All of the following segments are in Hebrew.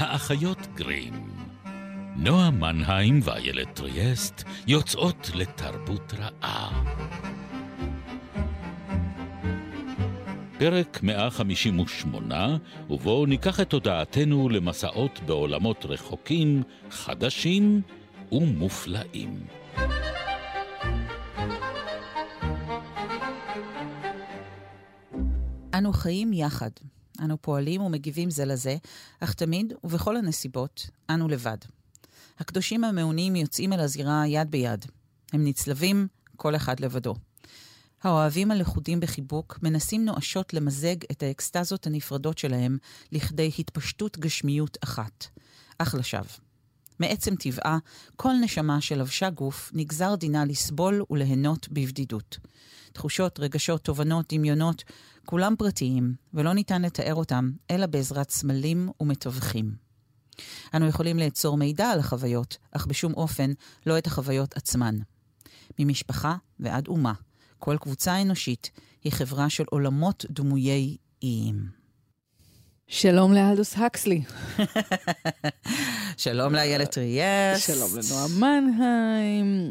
האחיות גרים. נועה מנהיים ואיילת טריאסט יוצאות לתרבות רעה. פרק 158, ובו ניקח את תודעתנו למסעות בעולמות רחוקים, חדשים ומופלאים. אנו חיים יחד. אנו פועלים ומגיבים זה לזה, אך תמיד ובכל הנסיבות אנו לבד. הקדושים המעונים יוצאים אל הזירה יד ביד. הם נצלבים, כל אחד לבדו. האוהבים הלכודים בחיבוק מנסים נואשות למזג את האקסטזות הנפרדות שלהם לכדי התפשטות גשמיות אחת. אך לשווא. מעצם טבעה, כל נשמה שלבשה גוף נגזר דינה לסבול וליהנות בבדידות. תחושות, רגשות, תובנות, דמיונות, כולם פרטיים, ולא ניתן לתאר אותם, אלא בעזרת סמלים ומתווכים. אנו יכולים ליצור מידע על החוויות, אך בשום אופן לא את החוויות עצמן. ממשפחה ועד אומה, כל קבוצה אנושית היא חברה של עולמות דמויי איים. שלום לאלדוס הקסלי. שלום לאיילת טריאסט. שלום לנועה מנהיים.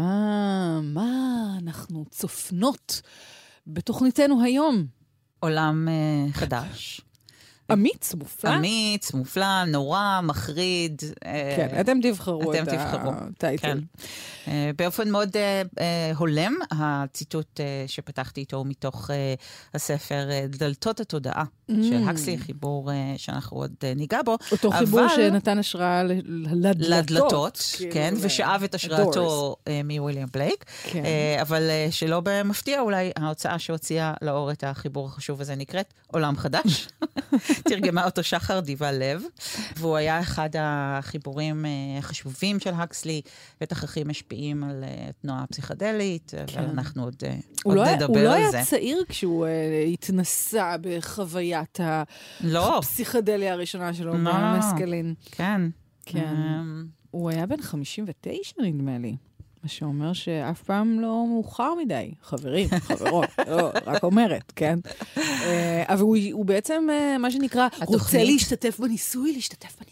מה אנחנו צופנות בתוכניתנו היום? עולם חדש. אמיץ, מופלא. אמיץ, מופלא, נורא, מחריד. כן, אתם תבחרו את הטייטל. באופן מאוד הולם, הציטוט שפתחתי איתו מתוך הספר דלתות התודעה של הקסלי, חיבור שאנחנו עוד ניגע בו. אותו חיבור שנתן השראה לדלתות, כן, ושאב את השראתו מוויליאם בלייק. אבל שלא במפתיע, אולי ההוצאה שהוציאה לאור את החיבור החשוב הזה נקראת עולם חדש. תרגמה אותו שחר דיבה לב, והוא היה אחד החיבורים החשובים של הקסלי, בטח הכי משפיעים על תנועה פסיכדלית, אבל אנחנו עוד נדבר על זה. הוא לא היה צעיר כשהוא התנסה בחוויית הפסיכדליה הראשונה שלו, במסקלין. כן. הוא היה בן 59 נדמה לי. מה שאומר שאף פעם לא מאוחר מדי. חברים, חברות, רק אומרת, כן? אבל הוא בעצם, מה שנקרא, רוצה להשתתף בניסוי.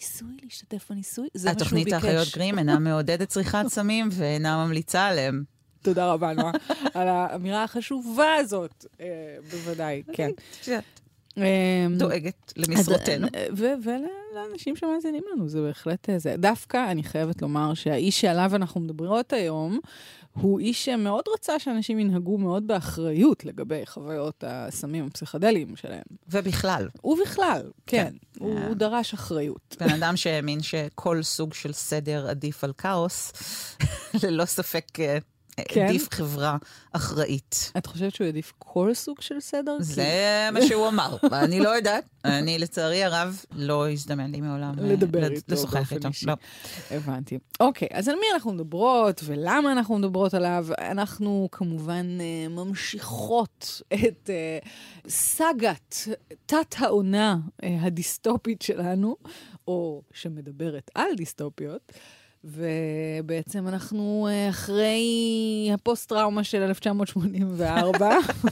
התוכנית האחיות גרים אינה מעודדת צריכת סמים ואינה ממליצה עליהם. תודה רבה, נועה, על האמירה החשובה הזאת, בוודאי, כן. דואגת למשרותינו. ולאנשים שמאזינים לנו, זה בהחלט זה. דווקא אני חייבת לומר שהאיש שעליו אנחנו מדברות היום, הוא איש שמאוד רצה שאנשים ינהגו מאוד באחריות לגבי חוויות הסמים הפסיכדליים שלהם. ובכלל. ובכלל, כן. הוא דרש אחריות. בן אדם שהאמין שכל סוג של סדר עדיף על כאוס, ללא ספק עדיף חברה אחראית. את חושבת שהוא עדיף כל סוג של סדר? זה מה שהוא אמר. אני לא יודעת. אני לצערי הרב לא הזדמן לי מעולם לדבר איתו. לשוחח איתו. לא. הבנתי. אוקיי, אז על מי אנחנו מדברות ולמה אנחנו מדברות עליו? אנחנו כמובן ממשיכות את סאגת תת העונה הדיסטופית שלנו, או שמדברת על דיסטופיות. ובעצם אנחנו אחרי הפוסט-טראומה של 1984,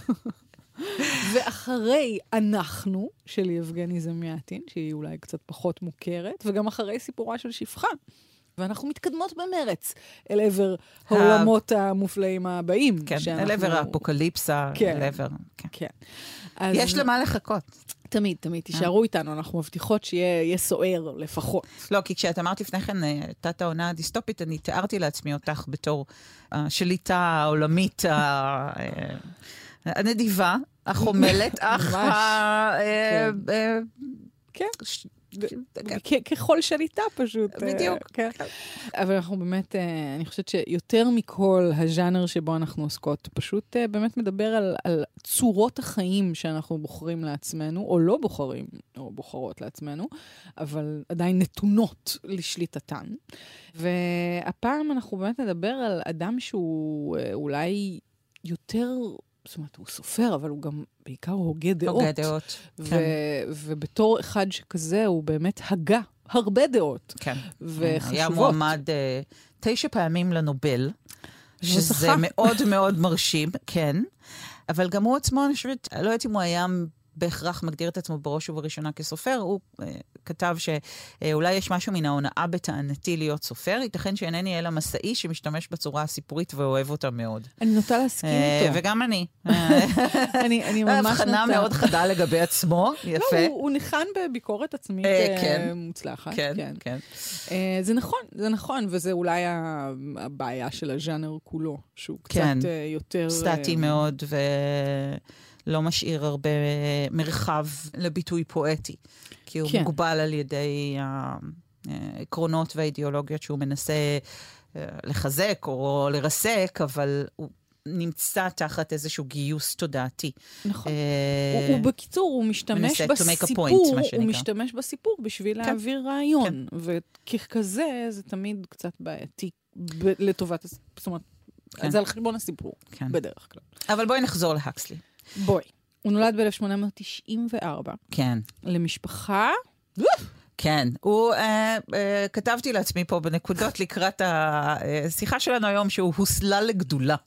ואחרי אנחנו של יבגני זמיאטין, שהיא אולי קצת פחות מוכרת, וגם אחרי סיפורה של שפחה. ואנחנו מתקדמות במרץ אל עבר העולמות המופלאים הבאים. כן, אל עבר האפוקליפסה. כן. כן. יש למה לחכות. תמיד, תישארו איתנו, אנחנו מבטיחות שיהיה סוער לפחות. לא, כי כשאת אמרת לפני כן, תת העונה הדיסטופית, אני תיארתי לעצמי אותך בתור שליטה העולמית הנדיבה, החומלת, אך כן. ככל שליטה פשוט. בדיוק. אבל אנחנו באמת, אני חושבת שיותר מכל הז'אנר שבו אנחנו עוסקות, פשוט באמת מדבר על צורות החיים שאנחנו בוחרים לעצמנו, או לא בוחרים, או בוחרות לעצמנו, אבל עדיין נתונות לשליטתן. והפעם אנחנו באמת נדבר על אדם שהוא אולי יותר זאת אומרת, הוא סופר, אבל הוא גם בעיקר הוגה דעות. הוגה דעות, כן. ובתור אחד שכזה, הוא באמת הגה הרבה דעות. כן. וחשובות. היה מועמד 9 פעמים לנובל, שזה מאוד מאוד מרשים, כן. אבל גם הוא עצמו, אני חושבת, לא יודעת אם הוא היה בהכרח מגדיר את עצמו בראש ובראשונה כסופר, הוא כתב שאולי יש משהו מן ההונאה בטענתי להיות סופר, ייתכן שאינני אלא מסעי שמשתמש בצורה הסיפורית ואוהב אותה מאוד. אני נוטה להסכים איתו. וגם אני. אני ממש נוטה. הבחנה מאוד חדה לגבי עצמו, יפה. לא, הוא ניחן בביקורת עצמית מוצלחת. כן. זה נכון, וזה אולי הבעיה של הז'אנר כולו, שהוא קצת יותר... סטטי מאוד ולא משאיר הרבה מרחב לביטוי פואטי, כי הוא מוגבל על ידי העקרונות והאידיאולוגיות שהוא מנסה לחזק או לרסק, אבל הוא נמצא תחת איזשהו גיוס תודעתי. נכון. ובקיצור, הוא משתמש בסיפור, הוא משתמש בסיפור בשביל להעביר רעיון, וככזה זה תמיד קצת בעייתי לטובת, זאת אומרת, זה על חשבון הסיפור, בדרך כלל. אבל בואי נחזור להקסלי. בואי. הוא נולד ב-1894. כן. למשפחה... כן, כתבתי לעצמי פה בנקודות לקראת השיחה שלנו היום שהוא הוסלל לגדולה.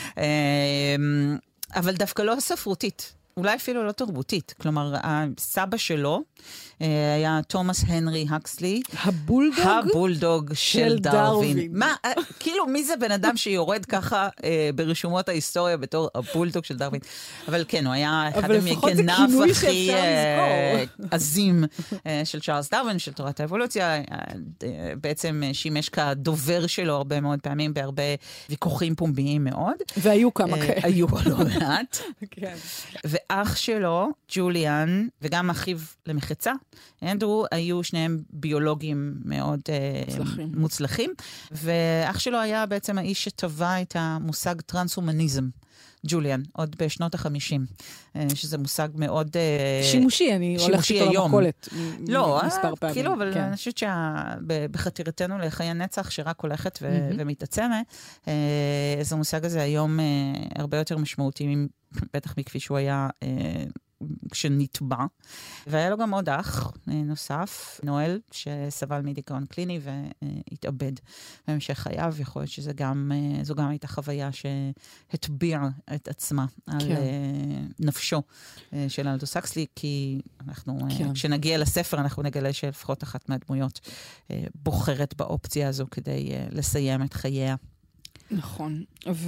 אבל דווקא לא ספרותית, אולי אפילו לא תרבותית. כלומר, הסבא שלו היה תומאס הנרי הקסלי. הבולדוג של דרווין. מה, כאילו, מי זה בן אדם שיורד ככה ברשומות ההיסטוריה בתור הבולדוג של דרווין? אבל כן, הוא היה אחד המגניו הכי עזים של צ'ארלס דרווין, של תורת האבולוציה. בעצם שימש כדובר שלו הרבה מאוד פעמים, בהרבה ויכוחים פומביים מאוד. והיו כמה כאלה. היו לא מעט. כן. ואח שלו, ג'וליאן, וגם אחיו למחצה, אנדרו, היו שניהם ביולוגים מאוד מוצלחים, ואח שלו היה בעצם האיש שטבע את המושג טרנס-הומניזם, ג'וליאן, עוד בשנות ה-50, שזה מושג מאוד... שימושי, אני הולכת איתו למקולת מספר פעמים. כאילו, אבל אני חושבת שבחתירתנו לחיי נצח שרק הולכת ומתעצמת, אז המושג הזה היום הרבה יותר משמעותי, בטח מכפי שהוא היה כשנטבע. והיה לו גם עוד אח נוסף, נואל, שסבל מדיכאון קליני והתאבד בהמשך חייו. יכול להיות שזו גם הייתה חוויה שהטביעה את עצמה על נפשו של אלדוס הקסלי, כי אנחנו, כשנגיע לספר, אנחנו נגלה שלפחות אחת מהדמויות בוחרת באופציה הזו כדי לסיים את חייה. נכון.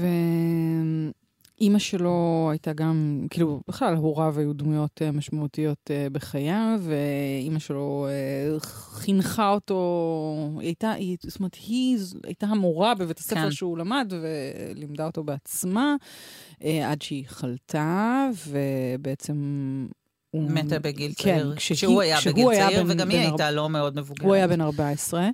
אמא שלו הייתה גם, כאילו, בכלל הוריו היו דמויות משמעותיות בחייו, ואמא שלו חינכה אותו, זאת אומרת, היא הייתה המורה בבית הספר שהוא למד, ולימדה אותו בעצמה, עד שהיא חלתה, ובעצם... מתה בגיל צעיר, כשהוא היה בגיל צעיר, וגם היא הייתה לא מאוד מבוגרת. הוא היה בן 14,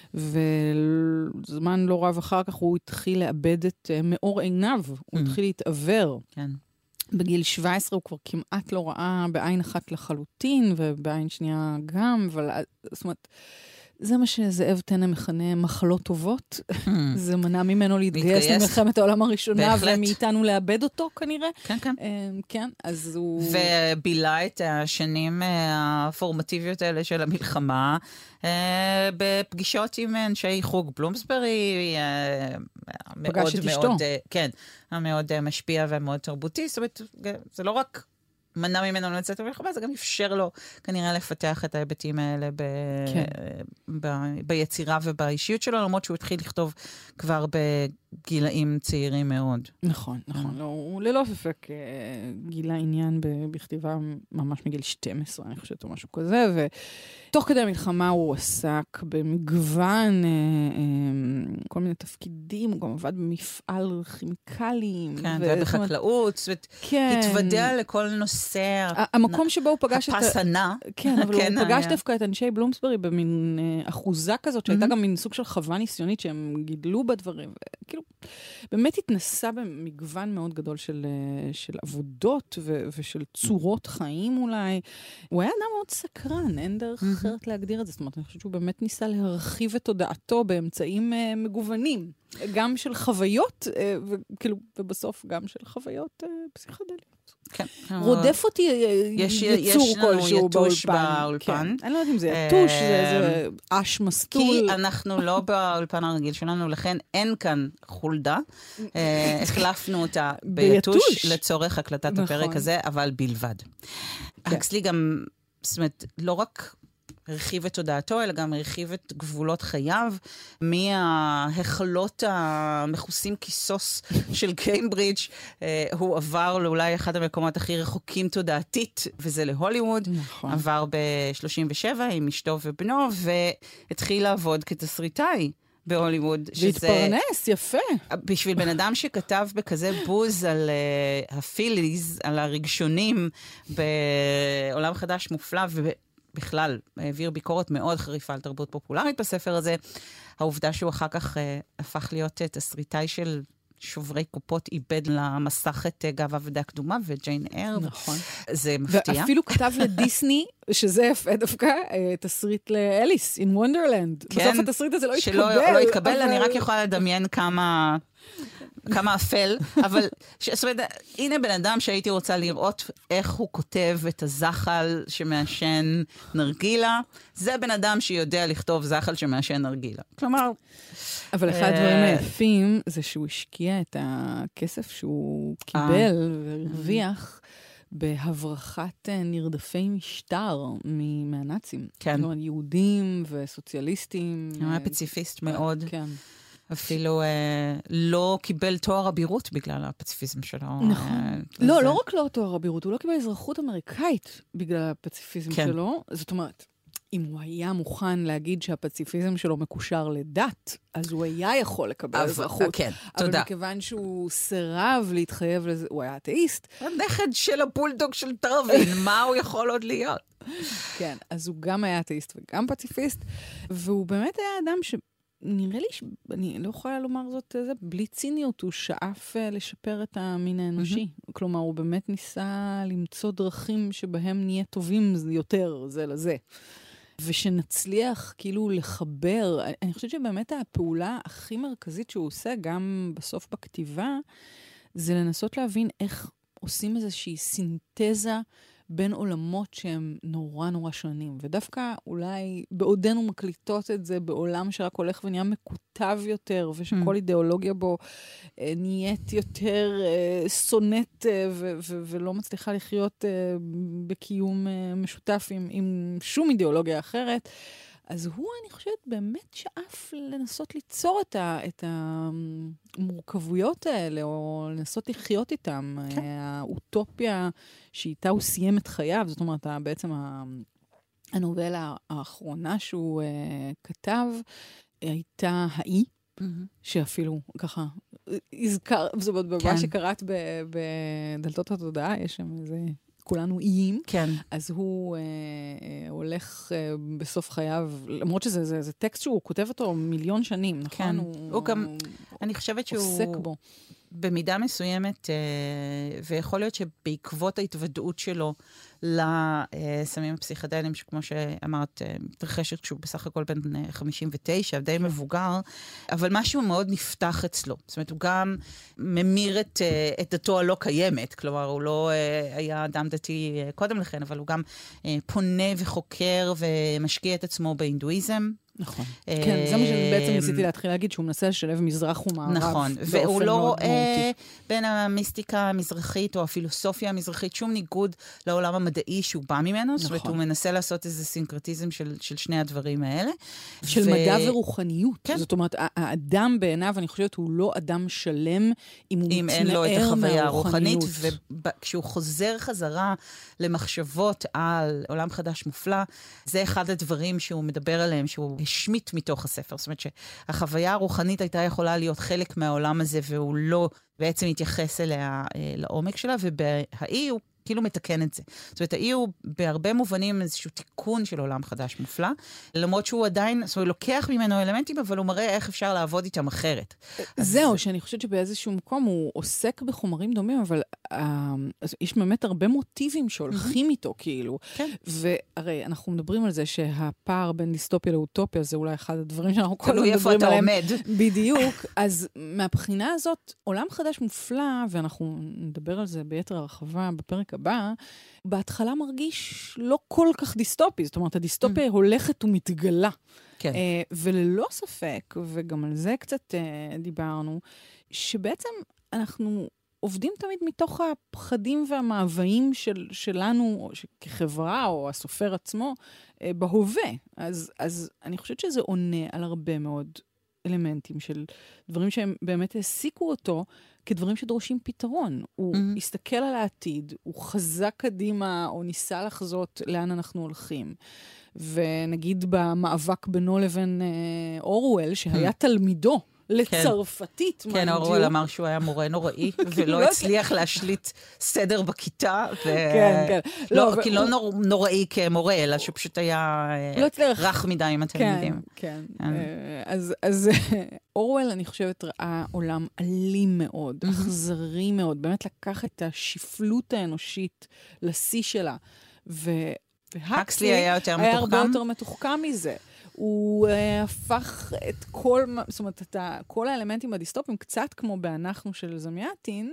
וזמן לא רב אחר כך הוא התחיל לאבד את מאור עיניו, הוא התחיל להתעבר. בגיל 17 הוא כבר כמעט לא ראה בעין אחת לחלוטין, ובעין שנייה גם, אבל זאת אומרת, זה מה שזאב טנא מכנה מחלות טובות. זה מנע ממנו להתגייס למלחמת העולם הראשונה, ומאיתנו לאבד אותו כנראה. כן, כן. כן, אז הוא... ובילה את השנים הפורמטיביות האלה של המלחמה, בפגישות עם אנשי חוג בלומסברי, פגש את אשתו. כן, המאוד משפיע והמאוד תרבותי. זאת אומרת, זה לא רק... מנע ממנו לצאת למלחמה, זה גם אפשר לו כנראה לפתח את ההיבטים האלה ביצירה ובאישיות שלו, למרות שהוא התחיל לכתוב כבר בגילאים צעירים מאוד. נכון, נכון. הוא ללא ספק גילה עניין בכתיבה ממש מגיל 12, אני חושבת, או משהו כזה, ותוך כדי המלחמה הוא עסק במגוון כל מיני תפקידים, הוא גם עבד במפעל כימיקלים. כן, ובחקלאות, התוודע לכל נושא המקום שבו הוא פגש הפסנה. כן, אבל הוא פגש דווקא את אנשי בלומסברי במין אחוזה כזאת, שהייתה גם מין סוג של חווה ניסיונית שהם גידלו בדברים. כאילו, באמת התנסה במגוון מאוד גדול של עבודות ושל צורות חיים אולי. הוא היה אדם מאוד סקרן, אין דרך אחרת להגדיר את זה. זאת אומרת, אני חושבת שהוא באמת ניסה להרחיב את תודעתו באמצעים מגוונים. גם של חוויות, ובסוף גם של חוויות פסיכדליות. כן. רודף אותי יצור כלשהו באולפן. אני לא יודעת אם זה יתוש, זה אש מסטול. כי אנחנו לא באולפן הרגיל שלנו, לכן אין כאן חולדה. החלפנו אותה ביתוש לצורך הקלטת הפרק הזה, אבל בלבד. הקסלי גם, זאת אומרת, לא רק הרחיב את תודעתו, אלא גם הרחיב את גבולות חייו, מההחלות המכוסים כיסוס של קיימברידג' הוא עבר לאולי אחד המקומות הכי רחוקים תודעתית, וזה להוליווד. נכון. עבר ב-37 עם אשתו ובנו, והתחיל לעבוד כתסריטאי בהוליווד. והתפרנס, יפה. בשביל בן אדם שכתב בכזה בוז על הפיליז, על הרגשונים, בעולם חדש מופלא, בכלל, העביר ביקורת מאוד חריפה על תרבות פופולרית בספר הזה. העובדה שהוא אחר כך הפך להיות תסריטאי של שוברי קופות, איבד למסך את גאווה ודעה קדומה וג'יין אייר. נכון. זה מפתיע. ואפילו כתב לדיסני, שזה יפה דווקא, תסריט לאליס, in Wonderland. כן, בסוף התסריט הזה לא התקבל. שלא התקבל, אבל... אני רק יכולה לדמיין כמה אפל, אבל זאת אומרת, הנה בן אדם שהייתי רוצה לראות איך הוא כותב את הזחל שמעשן נרגילה. זה בן אדם שיודע לכתוב זחל שמעשן נרגילה. כלומר... אבל אחד הדברים היפים זה שהוא השקיע את הכסף שהוא קיבל והרוויח בהברחת נרדפי משטר מהנאצים. כן. יהודים וסוציאליסטים. הוא היה פציפיסט מאוד. כן. אפילו לא קיבל תואר אבירות בגלל הפציפיזם שלו. נכון. לא רק לא תואר אבירות, הוא לא קיבל אזרחות אמריקאית בגלל הפציפיזם שלו. זאת אומרת, אם הוא היה מוכן להגיד שהפציפיזם שלו מקושר לדת, אז הוא היה יכול לקבל אזרחות. כן, תודה. אבל מכיוון שהוא סירב להתחייב לזה, הוא היה אתאיסט. הנכד של הבולדוג של טרווין, מה הוא יכול עוד להיות? כן, אז הוא גם היה אתאיסט וגם פציפיסט, והוא באמת היה אדם נראה לי, אני לא יכולה לומר זאת, בלי ציניות, הוא שאף לשפר את המין האנושי. כלומר, הוא באמת ניסה למצוא דרכים שבהם נהיה טובים יותר זה לזה. ושנצליח כאילו לחבר, אני חושבת שבאמת הפעולה הכי מרכזית שהוא עושה, גם בסוף בכתיבה, זה לנסות להבין איך עושים איזושהי סינתזה בין עולמות שהם נורא נורא שונים. ודווקא אולי בעודנו מקליטות את זה בעולם שרק הולך ונהיה מקוטב יותר, ושכל אידיאולוגיה בו נהיית יותר סונט ולא מצליחה לחיות בקיום משותף עם שום אידיאולוגיה אחרת. אז הוא, אני חושבת, באמת שאף לנסות ליצור את המורכבויות האלה, או לנסות לחיות איתם. כן. האוטופיה שאיתה הוא סיים את חייו, זאת אומרת, בעצם הנובלה האחרונה שהוא כתב, הייתה האי, שאפילו ככה הזכר, זאת אומרת, במה שקראת בדלתות התודעה, יש שם איזה... כולנו איים, כן. אז הוא הולך בסוף חייו, למרות שזה טקסט שהוא כותב אותו מיליון שנים, נכון? כן. הוא גם, אני חושבת שהוא עוסק בו. במידה מסוימת, ויכול להיות שבעקבות ההתוודעות שלו לסמים הפסיכדליים, שכמו שאמרת, מתרחשת כשהוא בסך הכל בן 59, די מבוגר, אבל משהו מאוד נפתח אצלו. זאת אומרת, הוא גם ממיר את דתו הלא קיימת, כלומר, הוא לא היה אדם דתי קודם לכן, אבל הוא גם פונה וחוקר ומשקיע את עצמו באינדואיזם. נכון. כן, זה מה שבעצם ניסיתי להתחיל להגיד, שהוא מנסה לשלב מזרח ומערב. נכון, והוא לא רואה בין המיסטיקה המזרחית או הפילוסופיה המזרחית שום ניגוד לעולם המדעי שהוא בא ממנו, זאת אומרת, הוא מנסה לעשות איזה סינקרטיזם של שני הדברים האלה. של מדע ורוחניות. זאת אומרת, האדם בעיניו, אני חושבת, הוא לא אדם שלם אם הוא אין לו את החוויה הרוחנית, וכשהוא חוזר חזרה למחשבות על עולם חדש מופלא, זה אחד הדברים שהוא מדבר עליהם, שהוא השמיט מתוך הספר. זאת אומרת שהחוויה הרוחנית הייתה יכולה להיות חלק מהעולם הזה, והוא לא בעצם התייחס אליה לעומק שלה, ובהאי הוא כאילו מתקן את זה. זאת אומרת, האי הוא בהרבה מובנים איזשהו תיקון של עולם חדש מופלא, למרות שהוא עדיין, זאת אומרת, לוקח ממנו אלמנטים, אבל הוא מראה איך אפשר לעבוד איתם אחרת. זהו, שאני חושבת שבאיזשהו מקום הוא עוסק בחומרים דומים, אבל יש באמת הרבה מוטיבים שהולכים איתו, כאילו. כן. והרי אנחנו מדברים על זה שהפער בין דיסטופיה לאוטופיה, זה אולי אחד הדברים שאנחנו כל הזמן מדברים עליהם. תלוי איפה אתה עומד. בדיוק. אז מהבחינה הזאת, עולם חדש מופלא, ואנחנו נדבר על זה ביתר הרחבה בפרק הבא, בהתחלה מרגיש לא כל כך דיסטופי. זאת אומרת, הדיסטופיה הולכת ומתגלה. כן. וללא ספק, וגם על זה קצת דיברנו, שבעצם אנחנו עובדים תמיד מתוך הפחדים והמאוויים שלנו כחברה, או הסופר עצמו, בהווה. אז אני חושבת שזה עונה על הרבה מאוד אלמנטים של דברים שהם באמת העסיקו אותו כדברים שדורשים פתרון. הוא הסתכל על העתיד, הוא חזק קדימה, או ניסה לחזות לאן אנחנו הולכים. ונגיד במאבק בינו לבין אורוול, שהיה תלמידו, לצרפתית. כן, אורוול אמר שהוא היה מורה נוראי, ולא הצליח להשליט סדר בכיתה. כן, כן. כי לא נוראי כמורה, אלא שפשוט היה רך מדי עם התלמידים. כן, כן. אז אורוול, אני חושבת, ראה עולם אלים מאוד, אכזרי מאוד, באמת לקח את השפלות האנושית לשיא שלה, והקסלי היה הרבה יותר מתוחכם מזה. הוא הפך את זאת אומרת, כל האלמנטים הדיסטופיים, קצת כמו באנחנו של זמיאטין,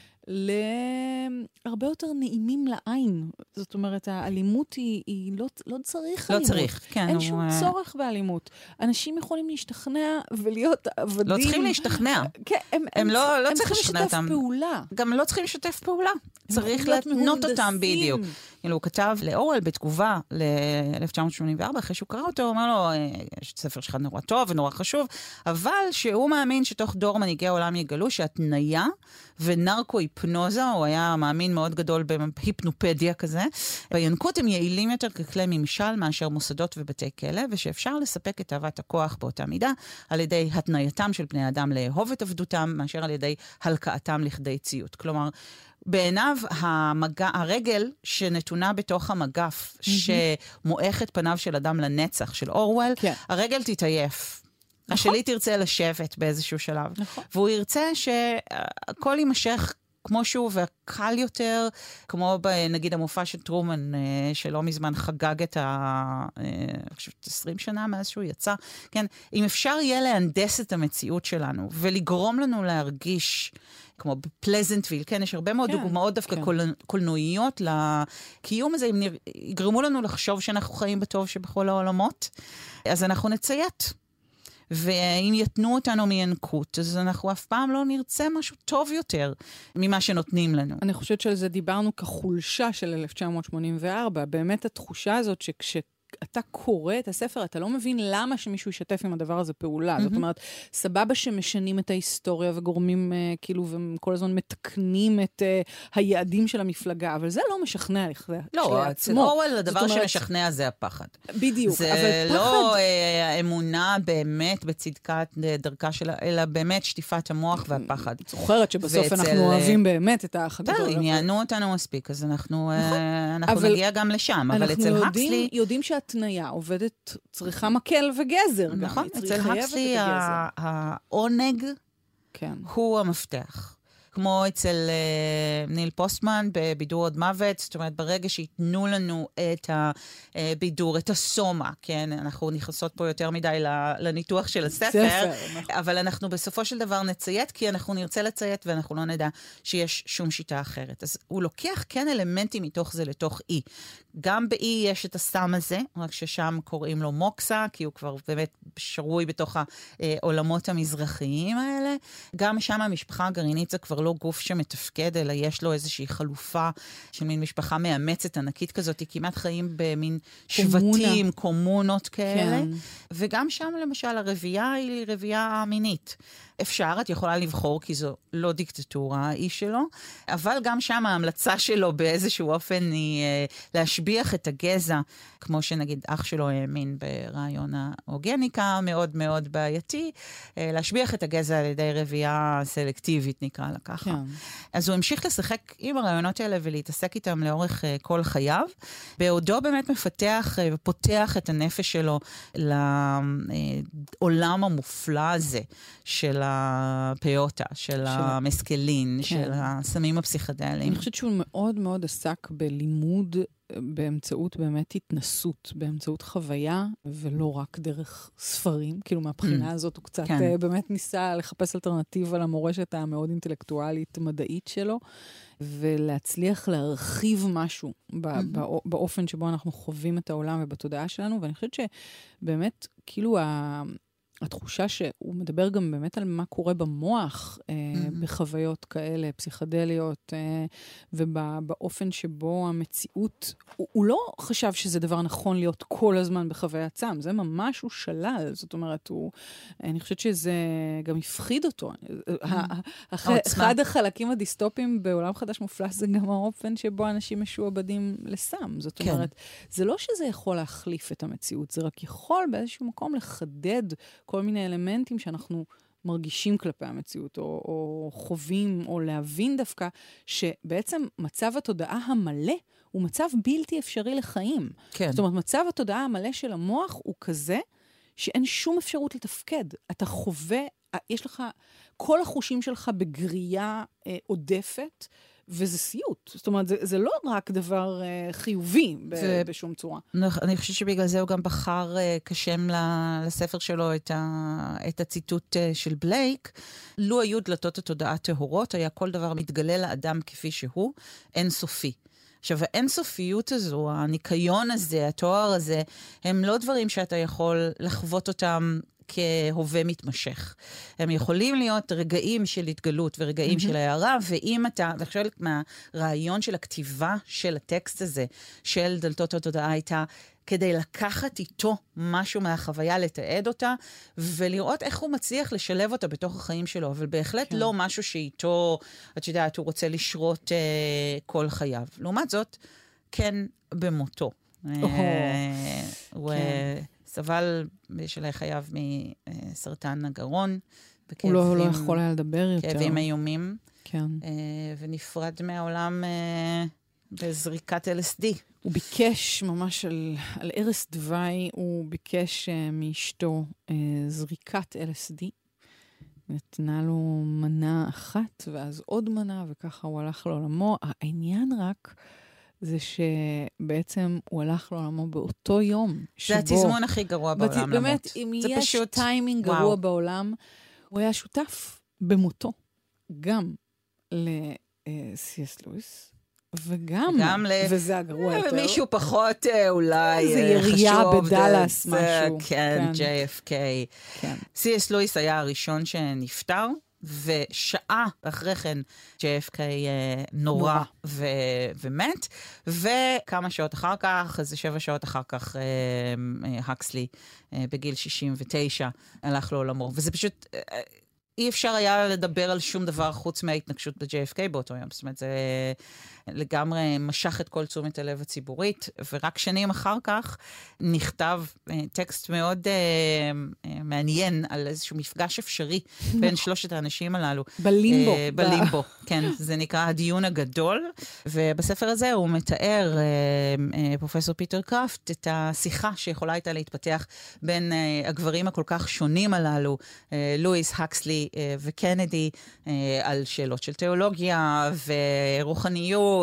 להרבה יותר נעימים לעין. זאת אומרת, האלימות היא לא צריך אלימות. לא צריך, כן. אין שום צורך באלימות. אנשים יכולים להשתכנע ולהיות עבדים. לא צריכים להשתכנע. כן, הם לא צריכים לשתף לשתף פעולה. גם לא צריכים לשתף פעולה. צריך להתנות אותם בדיוק. הוא כתב לאורוול בתגובה ל-1984, אחרי שהוא קרא אותו, הוא אמר לו, יש ספר שלך נורא טוב ונורא חשוב, אבל שהוא מאמין שתוך דור מנהיגי העולם יגלו שהתניה ונרקו-היפנוזה, הוא היה מאמין מאוד גדול בהיפנופדיה כזה, בינקות הם יעילים יותר ככלי ממשל מאשר מוסדות ובתי כלא, ושאפשר לספק את אהבת הכוח באותה מידה, על ידי התנייתם של בני אדם לאהוב את עבדותם, מאשר על ידי הלקאתם לכדי ציות. כלומר, בעיניו הרגל שנתונה בתוך המגף, שמואך את פניו של אדם לנצח, של אורוול, הרגל תתעייף. השלי תרצה לשבת באיזשהו שלב. והוא ירצה שהכל יימשך כמו שהוא וקל יותר, כמו נגיד המופע של טרומן, שלא מזמן חגג את 20 שנה מאז שהוא יצא. כן, אם אפשר יהיה להנדס את המציאות שלנו, ולגרום לנו להרגיש כמו בפלזנטוויל, כן, יש הרבה מאוד דוגמאות דווקא קולנועיות לקיום הזה, אם יגרמו לנו לחשוב שאנחנו חיים בטוב שבכל העולמות, אז אנחנו נציית. ואם יתנו אותנו מינקות, אז אנחנו אף פעם לא נרצה משהו טוב יותר ממה שנותנים לנו. אני חושבת שעל זה דיברנו כחולשה של 1984, באמת התחושה הזאת אתה קורא את הספר, אתה לא מבין למה שמישהו ישתף עם הדבר הזה פעולה. זאת אומרת, סבבה שמשנים את ההיסטוריה וגורמים, כאילו, וכל הזמן מתקנים את היעדים של המפלגה, אבל זה לא משכנע לכדי עצמו. לא, אצל אורוול הדבר שמשכנע זה הפחד. בדיוק, אבל פחד... זה לא אמונה באמת בצדקת דרכה שלה, אלא באמת שטיפת המוח והפחד. זוכרת שבסוף אנחנו אוהבים באמת את האח הגדול. אם יענו אותנו מספיק, אז אנחנו נגיע גם לשם, אבל אצל הקסלי... יודעים התניה עובדת, צריכה מקל וגזר. נכון, אצל הקסלי העונג הוא המפתח. כמו אצל ניל פוסטמן בבידור עוד מוות, זאת אומרת, ברגע שיתנו לנו את הבידור, את הסומה, כן, אנחנו נכנסות פה יותר מדי לניתוח של הספר, אבל אנחנו בסופו של דבר נציית, כי אנחנו נרצה לציית ואנחנו לא נדע שיש שום שיטה אחרת. אז הוא לוקח כן אלמנטים מתוך זה לתוך אי. גם באי יש את הסם הזה, רק ששם קוראים לו מוקסה, כי הוא כבר באמת שרוי בתוך העולמות המזרחיים האלה. גם שם המשפחה הגרעינית זה כבר לא גוף שמתפקד, אלא יש לו איזושהי חלופה של מין משפחה מאמצת ענקית כזאת, היא כמעט חיים במין שבטים, קומונות כאלה. כן. וגם שם למשל הרבייה היא רבייה מינית. אפשר, את יכולה לבחור, כי זו לא דיקטטורה, האיש שלו, אבל גם שם ההמלצה שלו באיזשהו אופן היא להשביח את הגזע, כמו שנגיד אח שלו האמין ברעיון האוגניקה, מאוד מאוד בעייתי, להשביח את הגזע על ידי רבייה סלקטיבית, נקרא לה ככה. כן. אז הוא המשיך לשחק עם הרעיונות האלה ולהתעסק איתם לאורך כל חייו, בעודו באמת מפתח ופותח את הנפש שלו לעולם המופלא הזה של הפיוטה, של המסקלין, של הסמים הפסיכדליים. אני חושבת שהוא מאוד מאוד עסק בלימוד באמצעות באמת התנסות, באמצעות חוויה, ולא רק דרך ספרים. כאילו מהבחינה הזאת הוא קצת באמת ניסה לחפש אלטרנטיבה למורשת המאוד אינטלקטואלית מדעית שלו, ולהצליח להרחיב משהו באופן שבו אנחנו חווים את העולם ובתודעה שלנו, ואני חושבת שבאמת כאילו התחושה שהוא מדבר גם באמת על מה קורה במוח, בחוויות כאלה, פסיכדליות, ובאופן שבו המציאות, הוא לא חשב שזה דבר נכון להיות כל הזמן בחוויית סם, זה ממש הוא שלל, זאת אומרת, אני חושבת שזה גם הפחיד אותו. אחד החלקים הדיסטופיים בעולם חדש מופלא, זה גם האופן שבו אנשים משועבדים לסם. זאת אומרת, זה לא שזה יכול להחליף את המציאות, זה רק יכול באיזשהו מקום לחדד כל מיני אלמנטים שאנחנו מרגישים כלפי המציאות, או חווים, או להבין דווקא, שבעצם מצב התודעה המלא הוא מצב בלתי אפשרי לחיים. כן. זאת אומרת, מצב התודעה המלא של המוח הוא כזה, שאין שום אפשרות לתפקד. אתה חווה, יש לך, כל החושים שלך בגרייה עודפת, וזה סיוט. זאת אומרת, זה לא רק דבר חיובי בשום צורה. אני חושבת שבגלל זה הוא גם בחר כשם לספר שלו את הציטוט של בלייק. לו היו דלתות התודעה טהורות, היה כל דבר מתגלה לאדם כפי שהוא, אינסופי. עכשיו, האינסופיות הזו, הניקיון הזה, התואר הזה, הם לא דברים שאתה יכול לחוות אותם כהווה מתמשך. הם יכולים להיות רגעים של התגלות ורגעים של הערה, ואם אתה, אני חושבת מהרעיון של הכתיבה של הטקסט הזה, של דלתות התודעה, הייתה כדי לקחת איתו משהו מהחוויה, לתעד אותה, ולראות איך הוא מצליח לשלב אותה בתוך החיים שלו, אבל בהחלט לא משהו שאיתו, את יודעת, הוא רוצה לשרות כל חייו. לעומת זאת, כן במותו. הוא סבל בשלהי חייו מסרטן הגרון. הוא לא יכול היה לדבר יותר. כאבים איומים. כן. ונפרד מהעולם בזריקת LSD. הוא ביקש ממש על ערש דווי, הוא ביקש מאשתו זריקת LSD. נתנה לו מנה אחת, ואז עוד מנה, וככה הוא הלך לעולמו. העניין רק זה שבעצם הוא הלך לעולמו באותו יום. זה התזמון הכי גרוע בעולם למות. באמת, אם יש טיימינג גרוע בעולם, הוא היה שותף במותו, גם ל-C.S. לואיס, וגם וזה הגרוע יותר. מישהו פחות אולי זה ירייה בדלס משהו. כן, JFK. C.S. לואיס היה הראשון שנפטר, ושעה אחרי כן JFK נורא ומת, וכמה שעות אחר כך, איזה 7 שעות אחר כך, הקסלי בגיל 69 הלך לעולמו. וזה פשוט, אי אפשר היה לדבר על שום דבר חוץ מההתנגשות ב-JFK באותו יום. זאת אומרת, זה לגמרי משך את כל תשומת הלב הציבורית, ורק שנים אחר כך נכתב טקסט מאוד מעניין על איזשהו מפגש אפשרי בין שלושת האנשים הללו. בלימבו. בלימבו, כן. זה נקרא הדיון הגדול, ובספר הזה הוא מתאר, פרופסור פיטר קראפט, את השיחה שיכולה הייתה להתפתח בין הגברים הכל כך שונים הללו, לואיס, הקסלי וקנדי, על שאלות של תיאולוגיה ורוחניות,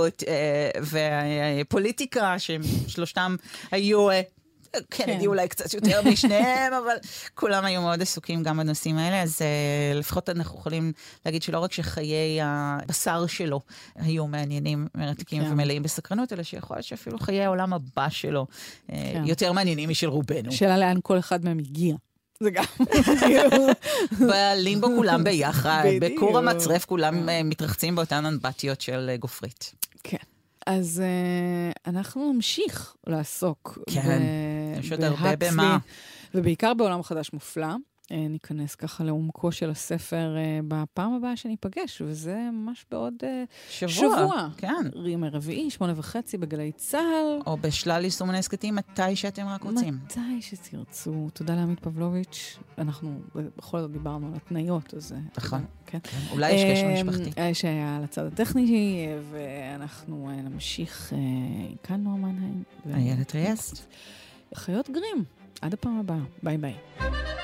ופוליטיקה, ששלושתם היו, קנדי אולי קצת יותר משניהם, אבל כולם היו מאוד עסוקים גם בנושאים האלה, אז לפחות אנחנו יכולים להגיד שלא רק שחיי הבשר שלו היו מעניינים, מרתקים ומלאים בסקרנות, אלא שיכול להיות שאפילו חיי העולם הבא שלו יותר מעניינים משל רובנו. שאלה לאן כל אחד מהם הגיע. זה גם. בלימבו כולם ביחד, בקור המצרף כולם מתרחצים באותן אנבטיות של גופרית. כן. אז אנחנו נמשיך לעסוק בהקסלי, ובעיקר בעולם חדש מופלא. ניכנס ככה לעומקו של הספר בפעם הבאה שניפגש, וזה ממש בעוד שבוע. כן. ימי רביעי, 8:30 בגלי צהל. או בשלל יישומוני הסכתים, מתי שאתם רק רוצים. מתי שתרצו. תודה לעמית פבלוביץ'. אנחנו בכל זאת דיברנו על התניות, אז... נכון. כן. אולי יש קשר משפחתי. שהיה על הצד הטכני, ואנחנו נמשיך כאן נועה מנהיים. איילת ריאסט. חיות גרים. עד הפעם הבאה. ביי ביי.